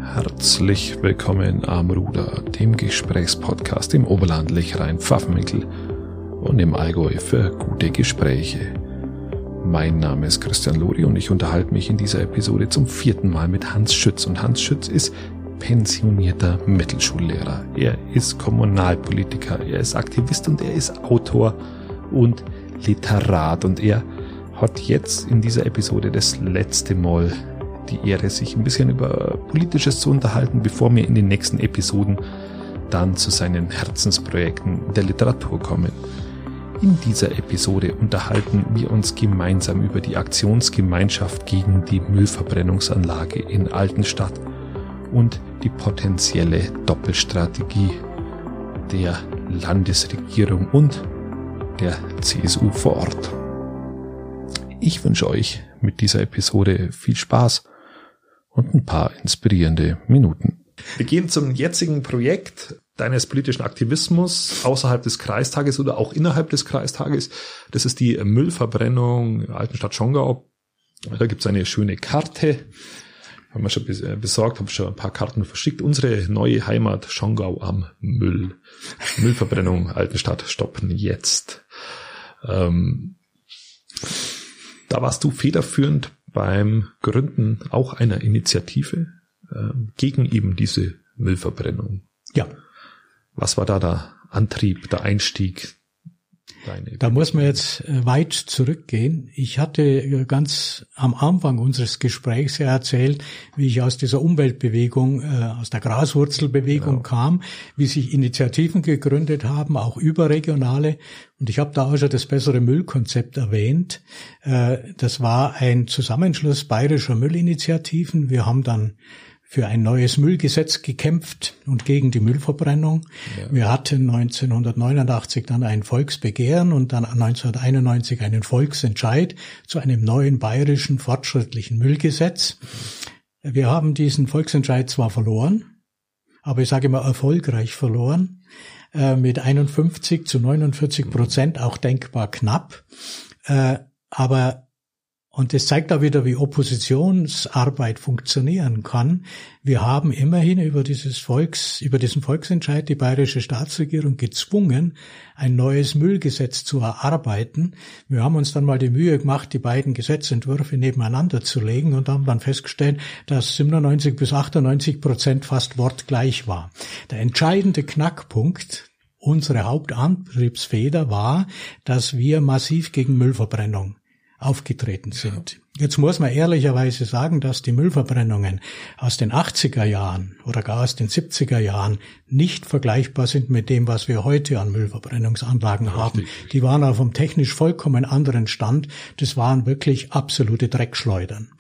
Herzlich willkommen am Ruder, dem Gesprächspodcast im Oberland, Lechrein, Pfaffenwinkel und im Allgäu für gute Gespräche. Mein Name ist Christian Lori und ich unterhalte mich in dieser Episode zum 4. Mal mit Hans Schütz. Und Hans Schütz ist pensionierter Mittelschullehrer. Er ist Kommunalpolitiker, er ist Aktivist und er ist Autor und Literat. Und er hat jetzt in dieser Episode das letzte Mal die Ehre, sich ein bisschen über Politisches zu unterhalten, bevor wir in den nächsten Episoden dann zu seinen Herzensprojekten der Literatur kommen. In dieser Episode unterhalten wir uns gemeinsam über die Aktionsgemeinschaft gegen die Müllverbrennungsanlage in Altenstadt und die potenzielle Doppelstrategie der Landesregierung und der CSU vor Ort. Ich wünsche euch mit dieser Episode viel Spaß und ein paar inspirierende Minuten. Wir gehen zum jetzigen Projekt deines politischen Aktivismus außerhalb des Kreistages oder auch innerhalb des Kreistages. Das ist die Müllverbrennung Altenstadt-Schongau. Da gibt es eine schöne Karte. Haben wir schon besorgt, haben schon ein paar Karten verschickt. Unsere neue Heimat Schongau am Müll. Müllverbrennung Altenstadt stoppen jetzt. Da warst du federführend beim Gründen auch einer Initiative gegen eben diese Müllverbrennung. Ja. Was war da der Antrieb, der Einstieg? Da muss man jetzt weit zurückgehen. Ich hatte ganz am Anfang unseres Gesprächs ja erzählt, wie ich aus dieser Umweltbewegung, aus der Graswurzelbewegung kam, wie sich Initiativen gegründet haben, auch überregionale. Und ich habe da auch schon das bessere Müllkonzept erwähnt. Das war ein Zusammenschluss bayerischer Müllinitiativen. Wir haben dann für ein neues Müllgesetz gekämpft und gegen die Müllverbrennung. Ja. Wir hatten 1989 dann ein Volksbegehren und dann 1991 einen Volksentscheid zu einem neuen bayerischen fortschrittlichen Müllgesetz. Wir haben diesen Volksentscheid zwar verloren, aber ich sage immer erfolgreich verloren, mit 51-49%, auch denkbar knapp. Und das zeigt auch wieder, wie Oppositionsarbeit funktionieren kann. Wir haben immerhin über diesen Volksentscheid die bayerische Staatsregierung gezwungen, ein neues Müllgesetz zu erarbeiten. Wir haben uns dann mal die Mühe gemacht, die beiden Gesetzentwürfe nebeneinander zu legen und haben dann festgestellt, dass 97-98% fast wortgleich war. Der entscheidende Knackpunkt, unsere Hauptantriebsfeder war, dass wir massiv gegen Müllverbrennung aufgetreten sind. Ja. Jetzt muss man ehrlicherweise sagen, dass die Müllverbrennungen aus den 80er Jahren oder gar aus den 70er Jahren nicht vergleichbar sind mit dem, was wir heute an Müllverbrennungsanlagen haben. Die waren auf einem technisch vollkommen anderen Stand. Das waren wirklich absolute Dreckschleudern.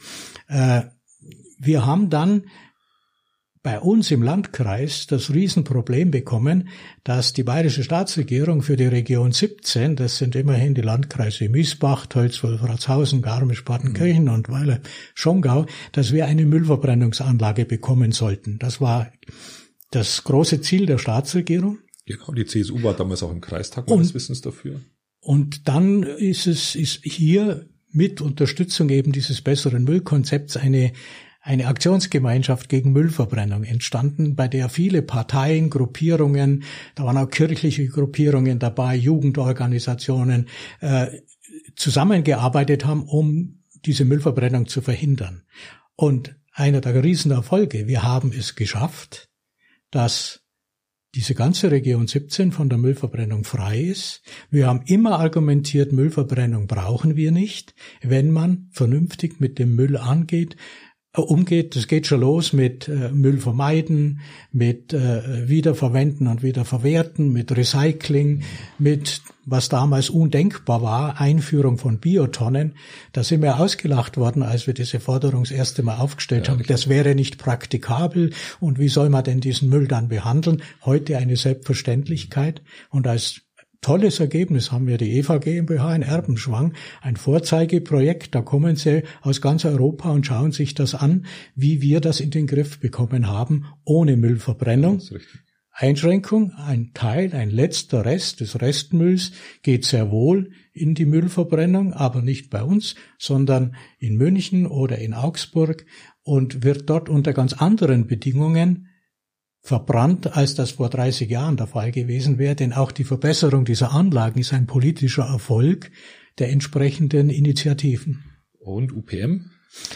Wir haben dann bei uns im Landkreis das Riesenproblem bekommen, dass die bayerische Staatsregierung für die Region 17, das sind immerhin die Landkreise Miesbach, Tölz, Wolfratshausen, Garmisch-Partenkirchen und Weiler, Schongau, dass wir eine Müllverbrennungsanlage bekommen sollten. Das war das große Ziel der Staatsregierung. Genau, die CSU war damals auch im Kreistag meines Wissens dafür. Und dann ist hier mit Unterstützung eben dieses besseren Müllkonzepts eine Aktionsgemeinschaft gegen Müllverbrennung entstanden, bei der viele Parteien, Gruppierungen, da waren auch kirchliche Gruppierungen dabei, Jugendorganisationen, zusammengearbeitet haben, um diese Müllverbrennung zu verhindern. Und einer der Riesenerfolge, wir haben es geschafft, dass diese ganze Region 17 von der Müllverbrennung frei ist. Wir haben immer argumentiert, Müllverbrennung brauchen wir nicht, wenn man vernünftig mit dem Müll umgeht. Das geht schon los mit Müll vermeiden, mit Wiederverwenden und Wiederverwerten, mit Recycling, mit, was damals undenkbar war, Einführung von Biotonnen. Da sind wir ausgelacht worden, als wir diese Forderung das erste Mal aufgestellt haben. Das wäre nicht praktikabel und wie soll man denn diesen Müll dann behandeln? Heute eine Selbstverständlichkeit und als tolles Ergebnis haben wir die Eva GmbH in Erbenschwang, ein Vorzeigeprojekt, da kommen sie aus ganz Europa und schauen sich das an, wie wir das in den Griff bekommen haben, ohne Müllverbrennung. Einschränkung, ein letzter Rest des Restmülls geht sehr wohl in die Müllverbrennung, aber nicht bei uns, sondern in München oder in Augsburg und wird dort unter ganz anderen Bedingungen verbrannt, als das vor 30 Jahren der Fall gewesen wäre, denn auch die Verbesserung dieser Anlagen ist ein politischer Erfolg der entsprechenden Initiativen. Und UPM?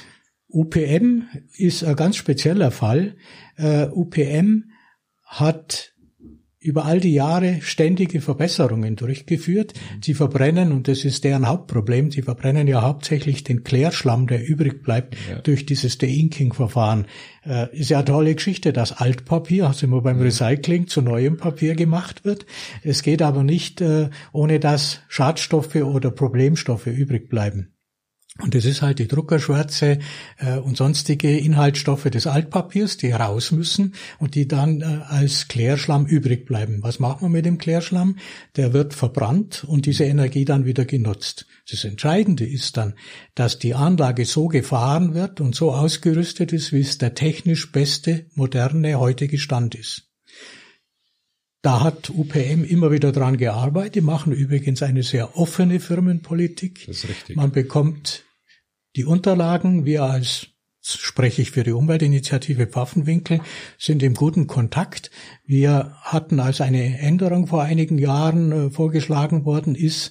UPM ist ein ganz spezieller Fall. UPM hat über all die Jahre ständige Verbesserungen durchgeführt. Sie verbrennen, und das ist deren Hauptproblem, sie verbrennen ja hauptsächlich den Klärschlamm, der übrig bleibt, durch dieses De-Inking-Verfahren. Ist ja eine tolle Geschichte, dass Altpapier, also immer beim Recycling, zu neuem Papier gemacht wird. Es geht aber nicht, ohne dass Schadstoffe oder Problemstoffe übrig bleiben. Und das ist halt die Druckerschwärze und sonstige Inhaltsstoffe des Altpapiers, die raus müssen und die dann als Klärschlamm übrig bleiben. Was machen wir mit dem Klärschlamm? Der wird verbrannt und diese Energie dann wieder genutzt. Das Entscheidende ist dann, dass die Anlage so gefahren wird und so ausgerüstet ist, wie es der technisch beste, moderne, heutige Stand ist. Da hat UPM immer wieder dran gearbeitet. Die machen übrigens eine sehr offene Firmenpolitik. Das ist richtig. Man bekommt die Unterlagen. Wir spreche ich für die Umweltinitiative Pfaffenwinkel, sind im guten Kontakt. Wir hatten, als eine Änderung vor einigen Jahren vorgeschlagen worden ist,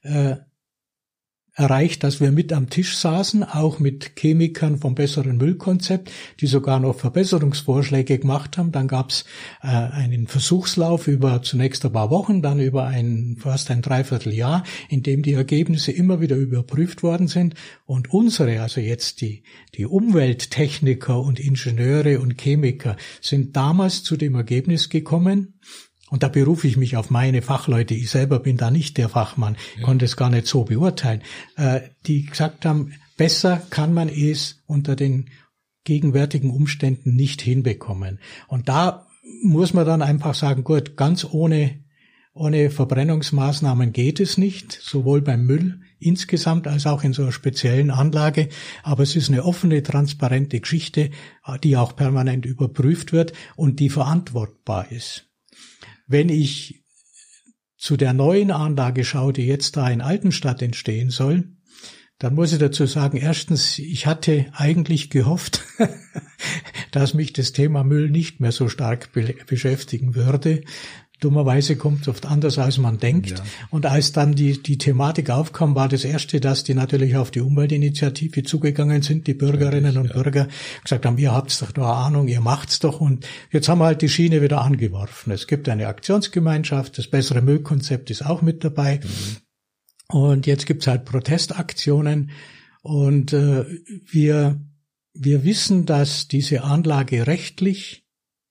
erreicht, dass wir mit am Tisch saßen, auch mit Chemikern vom besseren Müllkonzept, die sogar noch Verbesserungsvorschläge gemacht haben. Dann gab es einen Versuchslauf über zunächst ein paar Wochen, dann über fast ein Dreivierteljahr, in dem die Ergebnisse immer wieder überprüft worden sind. Und also jetzt die Umwelttechniker und Ingenieure und Chemiker sind damals zu dem Ergebnis gekommen, und da berufe ich mich auf meine Fachleute. Ich selber bin da nicht der Fachmann, konnte es gar nicht so beurteilen. Die gesagt haben, besser kann man es unter den gegenwärtigen Umständen nicht hinbekommen. Und da muss man dann einfach sagen, gut, ganz ohne Verbrennungsmaßnahmen geht es nicht, sowohl beim Müll insgesamt als auch in so einer speziellen Anlage. Aber es ist eine offene, transparente Geschichte, die auch permanent überprüft wird und die verantwortbar ist. Wenn ich zu der neuen Anlage schaue, die jetzt da in Altenstadt entstehen soll, dann muss ich dazu sagen, erstens, ich hatte eigentlich gehofft, dass mich das Thema Müll nicht mehr so stark beschäftigen würde. Dummerweise kommt es oft anders, als man denkt. Ja. Und als dann die Thematik aufkam, war das Erste, dass die natürlich auf die Umweltinitiative zugegangen sind, die Bürgerinnen und Bürger, gesagt haben, ihr habt's doch da Ahnung, ihr macht's doch. Und jetzt haben wir halt die Schiene wieder angeworfen. Es gibt eine Aktionsgemeinschaft, das bessere Müllkonzept ist auch mit dabei. Und jetzt gibt's halt Protestaktionen. Und wir wissen, dass diese Anlage rechtlich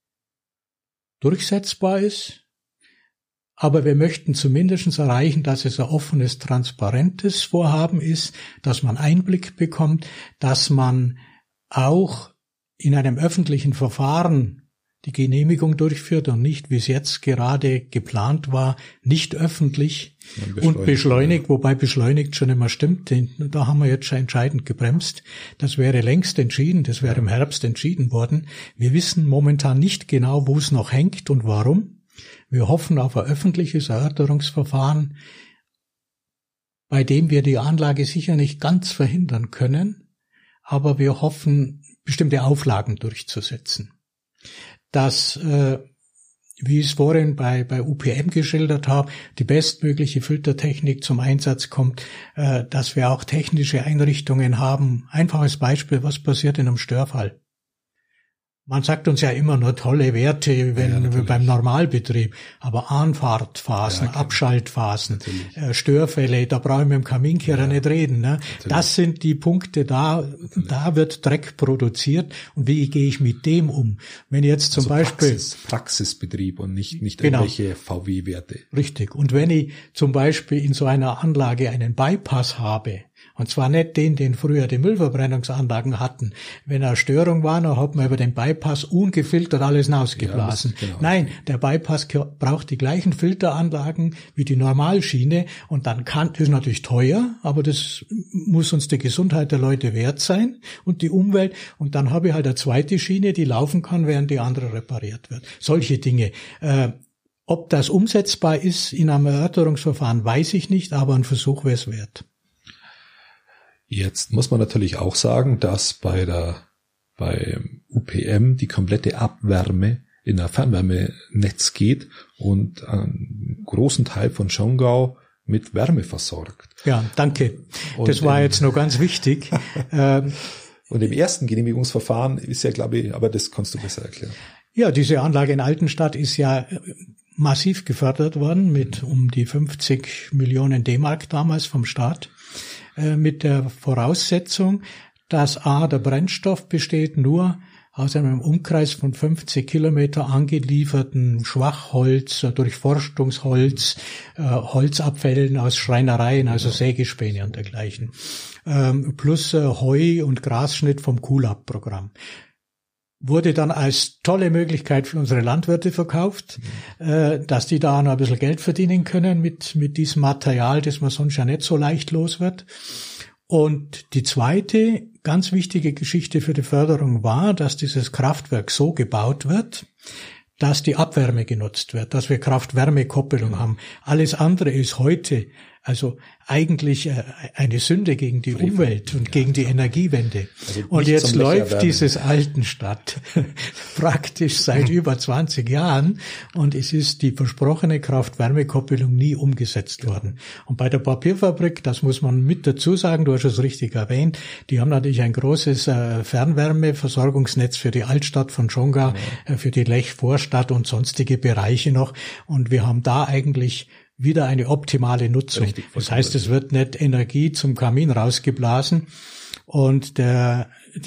durchsetzbar ist. Aber wir möchten zumindest erreichen, dass es ein offenes, transparentes Vorhaben ist, dass man Einblick bekommt, dass man auch in einem öffentlichen Verfahren die Genehmigung durchführt und nicht, wie es jetzt gerade geplant war, nicht öffentlich und beschleunigt, wobei beschleunigt schon immer stimmt, denn da haben wir jetzt schon entscheidend gebremst. Das wäre längst entschieden, das wäre im Herbst entschieden worden. Wir wissen momentan nicht genau, wo es noch hängt und warum. Wir hoffen auf ein öffentliches Erörterungsverfahren, bei dem wir die Anlage sicher nicht ganz verhindern können, aber wir hoffen, bestimmte Auflagen durchzusetzen. Dass, wie ich es vorhin bei UPM geschildert habe, die bestmögliche Filtertechnik zum Einsatz kommt, dass wir auch technische Einrichtungen haben. Einfaches Beispiel, was passiert in einem Störfall? Man sagt uns ja immer nur tolle Werte beim Normalbetrieb, aber Anfahrtphasen, Abschaltphasen, Störfälle, da brauche ich mit dem Kaminkehrer nicht reden. Ne? Das sind die Punkte, da wird Dreck produziert und wie gehe ich mit dem um? Wenn jetzt zum Beispiel Praxisbetrieb und nicht irgendwelche VW-Werte. Richtig. Und wenn ich zum Beispiel in so einer Anlage einen Bypass habe, und zwar nicht den früher die Müllverbrennungsanlagen hatten. Wenn eine Störung war, dann hat man über den Bypass ungefiltert alles hinausgeblasen. Ja, Nein, der Bypass braucht die gleichen Filteranlagen wie die Normalschiene und dann das ist natürlich teuer, aber das muss uns die Gesundheit der Leute wert sein und die Umwelt. Und dann habe ich halt eine zweite Schiene, die laufen kann, während die andere repariert wird. Solche Dinge. Ob das umsetzbar ist in einem Erörterungsverfahren, weiß ich nicht, aber ein Versuch wäre es wert. Jetzt muss man natürlich auch sagen, dass bei bei UPM die komplette Abwärme in ein Fernwärmenetz geht und einen großen Teil von Schongau mit Wärme versorgt. Ja, danke. Das war jetzt noch ganz wichtig. Und im ersten Genehmigungsverfahren ist ja, glaube ich, aber das kannst du besser erklären. Ja, diese Anlage in Altenstadt ist ja massiv gefördert worden mit um die 50 Millionen D-Mark damals vom Staat, mit der Voraussetzung, dass der Brennstoff besteht nur aus einem Umkreis von 50 Kilometer angelieferten Schwachholz, Durchforstungsholz, Holzabfällen aus Schreinereien, also Sägespäne und dergleichen, plus Heu- und Grasschnitt vom KULAB-Programm. Wurde dann als tolle Möglichkeit für unsere Landwirte verkauft, dass die da noch ein bisschen Geld verdienen können mit diesem Material, das man sonst ja nicht so leicht los wird. Und die zweite ganz wichtige Geschichte für die Förderung war, dass dieses Kraftwerk so gebaut wird, dass die Abwärme genutzt wird, dass wir Kraft-Wärme-Koppelung haben. Alles andere ist heute also eigentlich eine Sünde gegen die Umwelt und gegen die Energiewende. Also und jetzt läuft dieses Altenstadt praktisch seit über 20 Jahren und es ist die versprochene Kraft-Wärme-Koppelung nie umgesetzt worden. Und bei der Papierfabrik, das muss man mit dazu sagen, du hast es richtig erwähnt, die haben natürlich ein großes Fernwärmeversorgungsnetz für die Altstadt von Schongau, für die Lech-Vorstadt und sonstige Bereiche noch. Und wir haben da eigentlich wieder eine optimale Nutzung. Richtig, das heißt, es wird nicht Energie zum Kamin rausgeblasen und das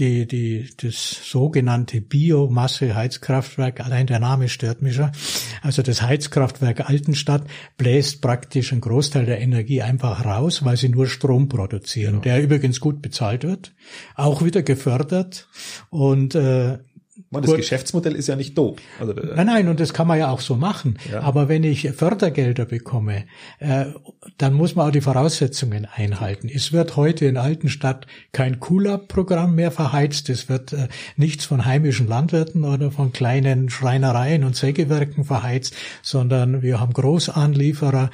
sogenannte Biomasse-Heizkraftwerk, allein der Name stört mich schon, also das Heizkraftwerk Altenstadt bläst praktisch einen Großteil der Energie einfach raus, weil sie nur Strom produzieren, der übrigens gut bezahlt wird, auch wieder gefördert und das Geschäftsmodell ist ja nicht doof. Also, Nein, und das kann man ja auch so machen. Ja. Aber wenn ich Fördergelder bekomme, dann muss man auch die Voraussetzungen einhalten. Es wird heute in Altenstadt kein KULAB-Programm mehr verheizt. Es wird nichts von heimischen Landwirten oder von kleinen Schreinereien und Sägewerken verheizt, sondern wir haben Großanlieferer.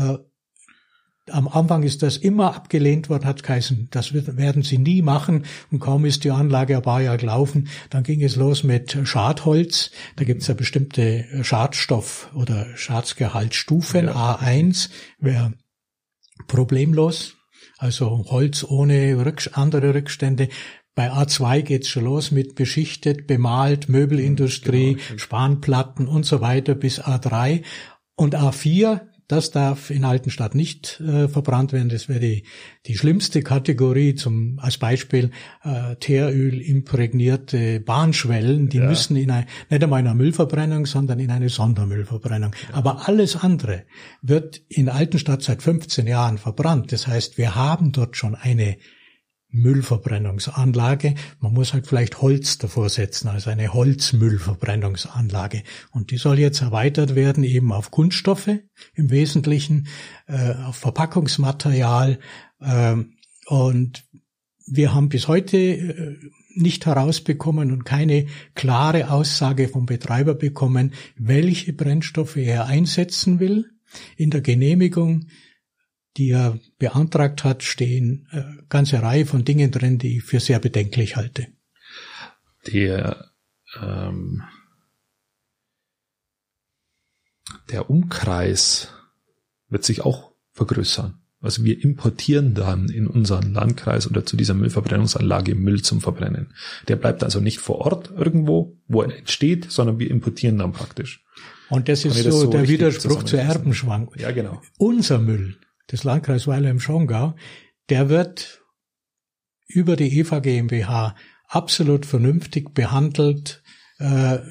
Am Anfang ist das immer abgelehnt worden, hat geheißen, das werden sie nie machen. Und kaum ist die Anlage ein paar Jahre gelaufen, dann ging es los mit Schadholz. Da gibt es ja bestimmte Schadstoff- oder Schadgehaltsstufen. Ja. A1 wäre problemlos, also Holz ohne andere Rückstände. Bei A2 geht's schon los mit beschichtet, bemalt, Möbelindustrie, Spanplatten und so weiter bis A3. Und A4, das darf in Altenstadt nicht verbrannt werden. Das wäre die schlimmste Kategorie. Als Beispiel Teeröl imprägnierte Bahnschwellen. Die müssen nicht einmal in einer Müllverbrennung, sondern in eine Sondermüllverbrennung. Ja. Aber alles andere wird in Altenstadt seit 15 Jahren verbrannt. Das heißt, wir haben dort schon eine Müllverbrennungsanlage. Man muss halt vielleicht Holz davor setzen, also eine Holzmüllverbrennungsanlage. Und die soll jetzt erweitert werden eben auf Kunststoffe im Wesentlichen, auf Verpackungsmaterial. Und wir haben bis heute nicht herausbekommen und keine klare Aussage vom Betreiber bekommen, welche Brennstoffe er einsetzen will. In der Genehmigung, die er beantragt hat, stehen ganze Reihe von Dingen drin, die ich für sehr bedenklich halte. Der Umkreis wird sich auch vergrößern. Also wir importieren dann in unseren Landkreis oder zu dieser Müllverbrennungsanlage Müll zum Verbrennen. Der bleibt also nicht vor Ort irgendwo, wo er entsteht, sondern wir importieren dann praktisch. Und das ist so der Widerspruch zur Erbenschwankung. Ja, genau. Unser Müll des Landkreis Weilheim-Schongau, der wird über die EVA GmbH absolut vernünftig behandelt, es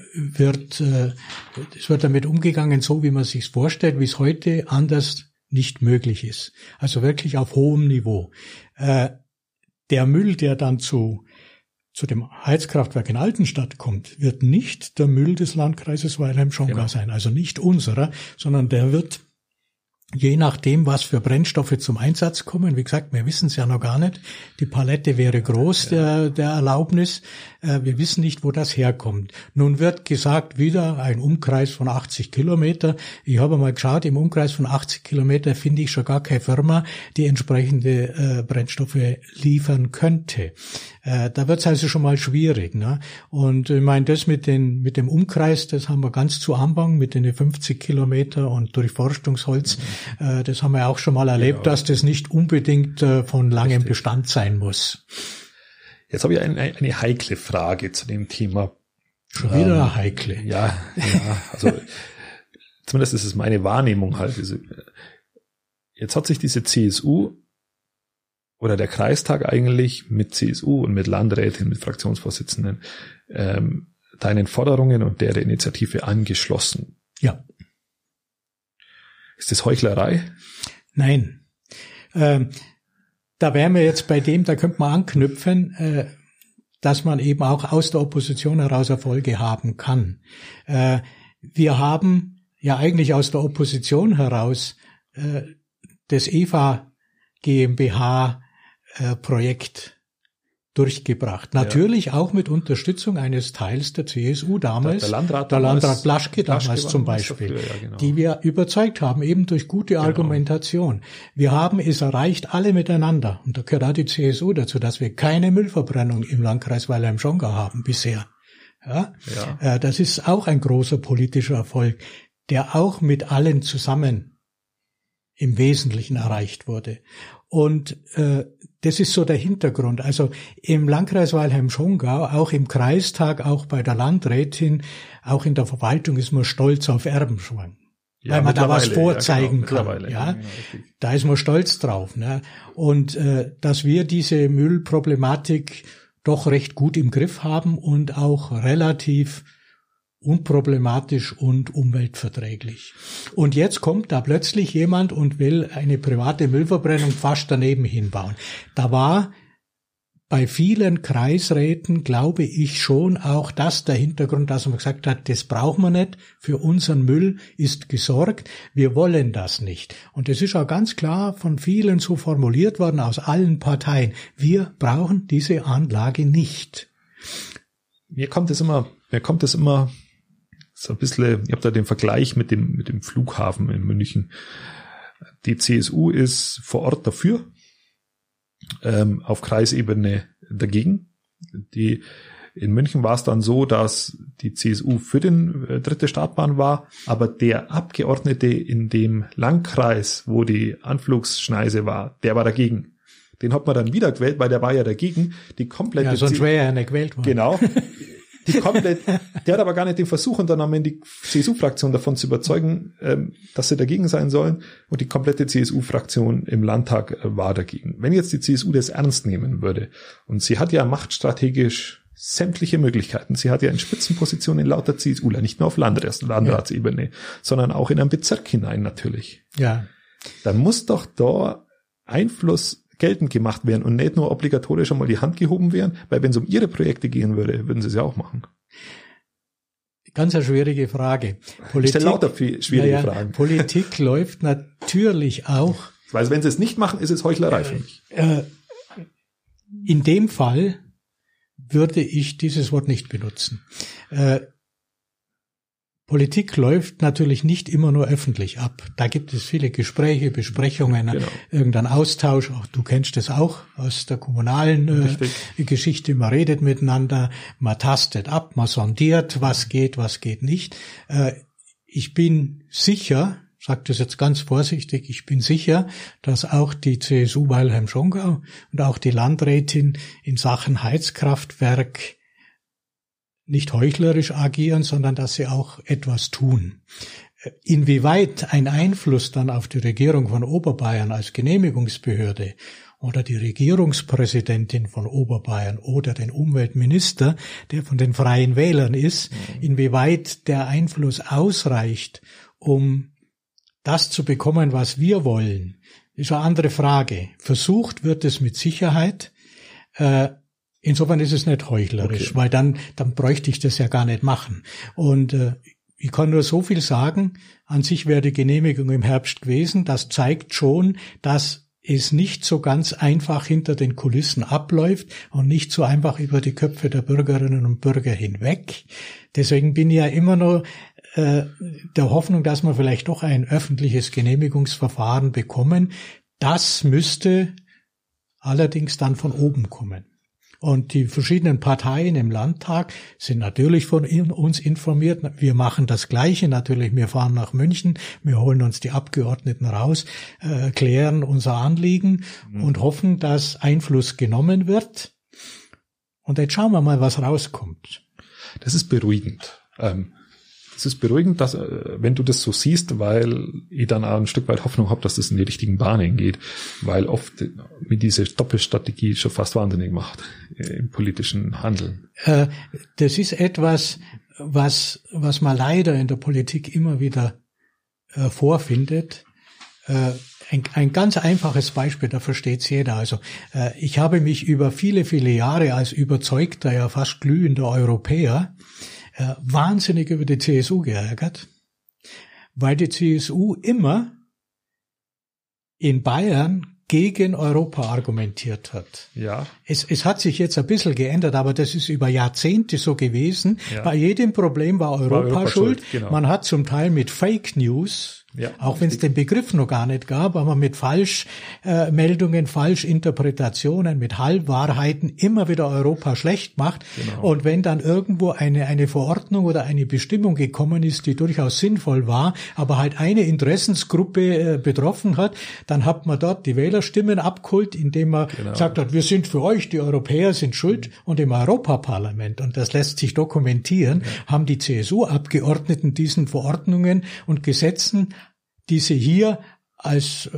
wird damit umgegangen, so wie man es sich vorstellt, wie es heute anders nicht möglich ist. Also wirklich auf hohem Niveau. Der Müll, der dann zu dem Heizkraftwerk in Altenstadt kommt, wird nicht der Müll des Landkreises Weilheim-Schongau sein, also nicht unserer, sondern der wird Je nachdem, was für Brennstoffe zum Einsatz kommen. Wie gesagt, wir wissen es ja noch gar nicht. Die Palette wäre groß, der Erlaubnis. Wir wissen nicht, wo das herkommt. Nun wird gesagt, wieder ein Umkreis von 80 Kilometer. Ich habe mal geschaut, im Umkreis von 80 Kilometer finde ich schon gar keine Firma, die entsprechende Brennstoffe liefern könnte. Da wird es also schon mal schwierig. Ne? Und ich meine, das mit dem Umkreis, das haben wir ganz zu Anfang mit den 50 Kilometer und Durchforstungsholz. Das haben wir auch schon mal erlebt, dass das nicht unbedingt von langem Bestand sein muss. Jetzt habe ich eine heikle Frage zu dem Thema. Schon wieder eine heikle. Ja, also zumindest ist es meine Wahrnehmung halt. Jetzt hat sich diese CSU oder der Kreistag eigentlich mit CSU und mit Landräten, mit Fraktionsvorsitzenden deinen Forderungen und der Initiative angeschlossen. Ja. Ist das Heuchlerei? Nein. Da wären wir jetzt bei dem, da könnte man anknüpfen, dass man eben auch aus der Opposition heraus Erfolge haben kann. Wir haben ja eigentlich aus der Opposition heraus das EVA GmbH Projekt durchgebracht. Natürlich auch mit Unterstützung eines Teils der CSU damals, der Landrat Blaschke damals zum Beispiel, dafür, ja, genau. Die wir überzeugt haben, eben durch gute Argumentation. Wir haben es erreicht, alle miteinander, und da gehört auch die CSU dazu, dass wir keine Müllverbrennung im Landkreis Weilheim-Schongau haben bisher. Ja? Das ist auch ein großer politischer Erfolg, der auch mit allen zusammen im Wesentlichen erreicht wurde. Und das ist so der Hintergrund. Also im Landkreis Weilheim-Schongau, auch im Kreistag, auch bei der Landrätin, auch in der Verwaltung ist man stolz auf Erbenschwang. Ja, weil man da was vorzeigen kann. Ja, da ist man stolz drauf. Ne? Und dass wir diese Müllproblematik doch recht gut im Griff haben und auch relativ unproblematisch und umweltverträglich. Und jetzt kommt da plötzlich jemand und will eine private Müllverbrennung fast daneben hinbauen. Da war bei vielen Kreisräten, glaube ich, schon auch das der Hintergrund, dass man gesagt hat, das brauchen wir nicht, für unseren Müll ist gesorgt, wir wollen das nicht. Und es ist auch ganz klar von vielen so formuliert worden, aus allen Parteien, wir brauchen diese Anlage nicht. Mir kommt es immer so ein bisschen, ich habe da den Vergleich mit dem Flughafen in München. Die CSU ist vor Ort dafür, auf Kreisebene dagegen. In München war es dann so, dass die CSU für den dritte Startbahn war, aber der Abgeordnete in dem Landkreis, wo die Anflugsschneise war, der war dagegen. Den hat man dann wieder gewählt, weil der war ja dagegen. Die komplette ja, sonst wäre er nicht gewählt worden. Genau. Der hat aber gar nicht den Versuch unternommen, die CSU-Fraktion davon zu überzeugen, dass sie dagegen sein sollen. Und die komplette CSU-Fraktion im Landtag war dagegen. Wenn jetzt die CSU das ernst nehmen würde, und sie hat ja machtstrategisch sämtliche Möglichkeiten, sie hat ja in Spitzenpositionen lauter CSUler, nicht nur auf Landratsebene, sondern auch in einen Bezirk hinein natürlich. Ja. Dann muss doch da Einfluss geltend gemacht werden und nicht nur obligatorisch einmal die Hand gehoben werden, weil wenn es um ihre Projekte gehen würde, würden sie es ja auch machen. Ganz eine schwierige Frage. Ich stelle lauter schwierige Fragen. Politik läuft natürlich auch. Weil wenn sie es nicht machen, ist es Heuchlerei für mich. In dem Fall würde ich dieses Wort nicht benutzen. Politik läuft natürlich nicht immer nur öffentlich ab. Da gibt es viele Gespräche, Besprechungen, irgendein Austausch. Auch du kennst das auch aus der kommunalen Geschichte. Man redet miteinander, man tastet ab, man sondiert, was geht nicht. Ich bin sicher, sage das jetzt ganz vorsichtig, ich bin sicher, dass auch die CSU Weilheim-Schongau und auch die Landrätin in Sachen Heizkraftwerk nicht heuchlerisch agieren, sondern dass sie auch etwas tun. Inwieweit ein Einfluss dann auf die Regierung von Oberbayern als Genehmigungsbehörde oder die Regierungspräsidentin von Oberbayern oder den Umweltminister, der von den Freien Wählern ist, inwieweit der Einfluss ausreicht, um das zu bekommen, was wir wollen, ist eine andere Frage. Versucht wird es mit Sicherheit. Insofern ist es nicht heuchlerisch, weil dann bräuchte ich das ja gar nicht machen. Und ich kann nur so viel sagen, an sich wäre die Genehmigung im Herbst gewesen. Das zeigt schon, dass es nicht so ganz einfach hinter den Kulissen abläuft und nicht so einfach über die Köpfe der Bürgerinnen und Bürger hinweg. Deswegen bin ich ja immer noch der Hoffnung, dass wir vielleicht doch ein öffentliches Genehmigungsverfahren bekommen. Das müsste allerdings dann von oben kommen. Und die verschiedenen Parteien im Landtag sind natürlich von uns informiert. Wir machen das Gleiche natürlich. Wir fahren nach München, wir holen uns die Abgeordneten raus, klären unser Anliegen und hoffen, dass Einfluss genommen wird. Und jetzt schauen wir mal, was rauskommt. Das ist beruhigend. Es ist beruhigend, dass, wenn du das so siehst, weil ich dann auch ein Stück weit Hoffnung habe, dass das in die richtigen Bahnen geht, weil oft mit dieser Doppelstrategie schon fast wahnsinnig macht im politischen Handeln. Das ist etwas, was man leider in der Politik immer wieder vorfindet. Ein ganz einfaches Beispiel, da versteht's jeder. Also ich habe mich über viele, viele Jahre als überzeugter, ja fast glühender Europäer wahnsinnig über die CSU geärgert, weil die CSU immer in Bayern gegen Europa argumentiert hat. Ja. Es hat sich jetzt ein bisschen geändert, aber das ist über Jahrzehnte so gewesen. Ja. Bei jedem Problem war Europa schuld. Genau. Man hat zum Teil mit Fake News, auch wenn es den Begriff noch gar nicht gab, aber mit Falschmeldungen, Falschinterpretationen, mit Halbwahrheiten immer wieder Europa schlecht macht. Genau. Und wenn dann irgendwo eine Verordnung oder eine Bestimmung gekommen ist, die durchaus sinnvoll war, aber halt eine Interessensgruppe betroffen hat, dann hat man dort die Wählerstimmen abgeholt, indem man gesagt hat, wir sind für euch, die Europäer sind schuld. Und im Europaparlament, und das lässt sich dokumentieren, haben die CSU-Abgeordneten diesen Verordnungen und Gesetzen, die sie hier als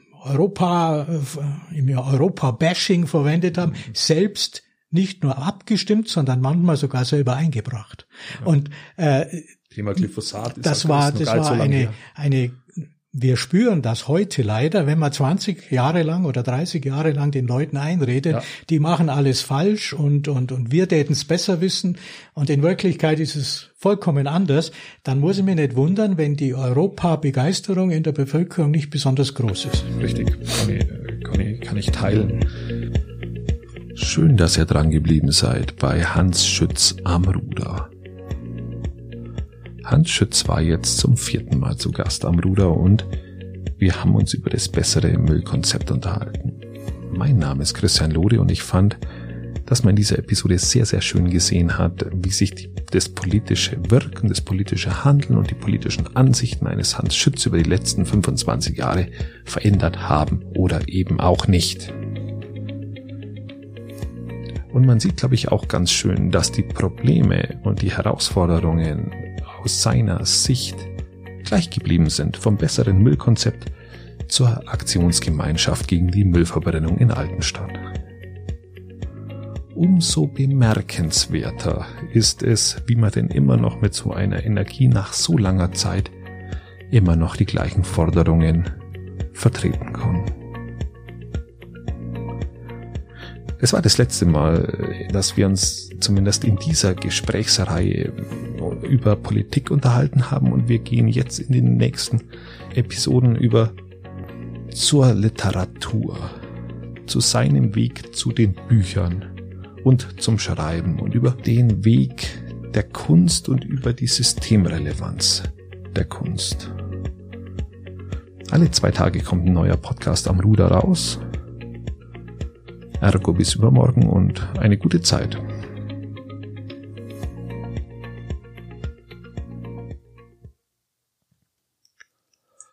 Europa-Bashing verwendet haben, selbst nicht nur abgestimmt, sondern manchmal sogar selber eingebracht. Ja. Und Thema Glyphosat ist das war eine wir spüren das heute leider, wenn man 20 Jahre lang oder 30 Jahre lang den Leuten einredet, die machen alles falsch und wir täten es besser wissen und in Wirklichkeit ist es vollkommen anders, dann muss ich mich nicht wundern, wenn die Europa-Begeisterung in der Bevölkerung nicht besonders groß ist. Richtig, kann ich teilen. Schön, dass ihr dran geblieben seid bei Hans Schütz am Ruder. Hans Schütz war jetzt zum 4. Mal zu Gast am Ruder und wir haben uns über das bessere Müllkonzept unterhalten. Mein Name ist Christian Lori und ich fand, dass man in dieser Episode sehr, sehr schön gesehen hat, wie sich das politische Wirken, das politische Handeln und die politischen Ansichten eines Hans Schütz über die letzten 25 Jahre verändert haben oder eben auch nicht. Und man sieht, glaube ich, auch ganz schön, dass die Probleme und die Herausforderungen aus seiner Sicht gleich geblieben sind, vom besseren Müllkonzept zur Aktionsgemeinschaft gegen die Müllverbrennung in Altenstadt. Umso bemerkenswerter ist es, wie man denn immer noch mit so einer Energie nach so langer Zeit immer noch die gleichen Forderungen vertreten kann. Es war das letzte Mal, dass wir uns zumindest in dieser Gesprächsreihe über Politik unterhalten haben und wir gehen jetzt in den nächsten Episoden über zur Literatur, zu seinem Weg zu den Büchern und zum Schreiben und über den Weg der Kunst und über die Systemrelevanz der Kunst. Alle 2 Tage kommt ein neuer Podcast am Ruder raus. Ergo bis übermorgen und eine gute Zeit.